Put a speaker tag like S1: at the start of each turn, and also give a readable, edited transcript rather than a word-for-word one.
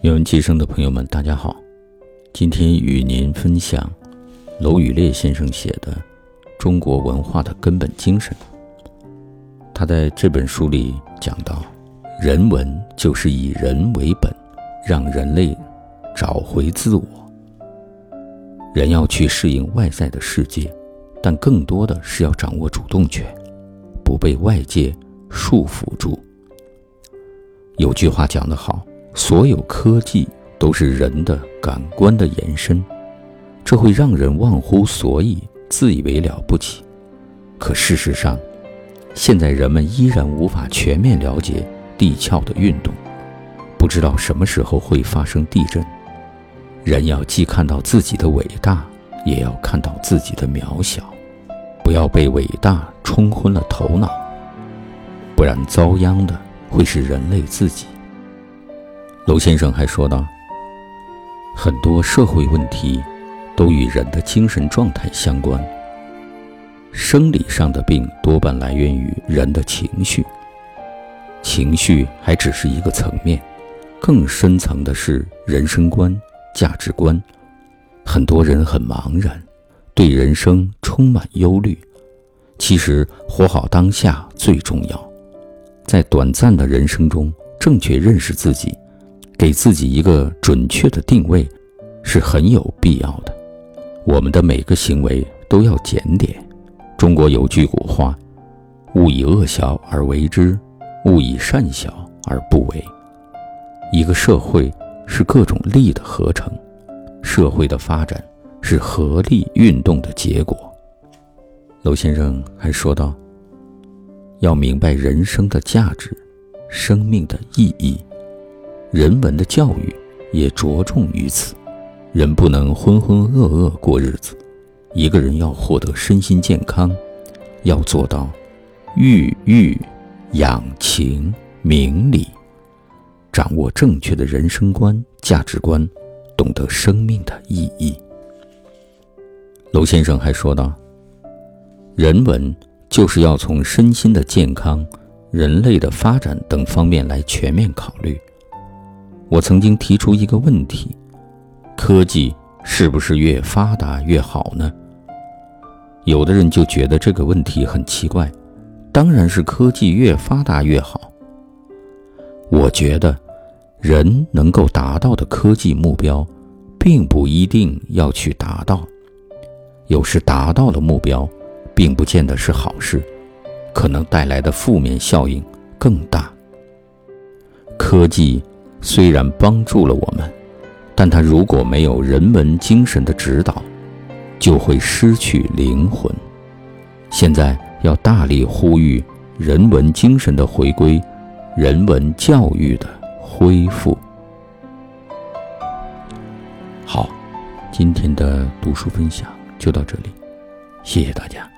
S1: 愿闻其声的朋友们，大家好。今天与您分享娄宇烈先生写的《中国文化的根本精神》。他在这本书里讲到，人文就是以人为本，让人类找回自我。人要去适应外在的世界，但更多的是要掌握主动权，不被外界束缚住。有句话讲得好，所有科技都是人的感官的延伸，这会让人忘乎所以，自以为了不起。可事实上，现在人们依然无法全面了解地壳的运动，不知道什么时候会发生地震。人要既看到自己的伟大，也要看到自己的渺小，不要被伟大冲昏了头脑，不然遭殃的会是人类自己。娄先生还说道，很多社会问题都与人的精神状态相关。生理上的病多半来源于人的情绪，情绪还只是一个层面，更深层的是人生观、价值观。很多人很茫然，对人生充满忧虑。其实活好当下最重要，在短暂的人生中正确认识自己，给自己一个准确的定位是很有必要的。我们的每个行为都要检点。中国有句古话，勿以恶小而为之，勿以善小而不为。一个社会是各种力的合成，社会的发展是合力运动的结果。娄先生还说道，要明白人生的价值，生命的意义，人文的教育也着重于此。人不能浑浑噩噩过日子，一个人要获得身心健康，要做到育育养情明理，掌握正确的人生观、价值观，懂得生命的意义。娄先生还说道，人文就是要从身心的健康、人类的发展等方面来全面考虑。我曾经提出一个问题，科技是不是越发达越好呢？有的人就觉得这个问题很奇怪，当然是科技越发达越好。我觉得人能够达到的科技目标，并不一定要去达到。有时达到了目标，并不见得是好事，可能带来的负面效应更大。科技虽然帮助了我们，但它如果没有人文精神的指导，就会失去灵魂。现在要大力呼吁人文精神的回归，人文教育的恢复。好，今天的读书分享就到这里，谢谢大家。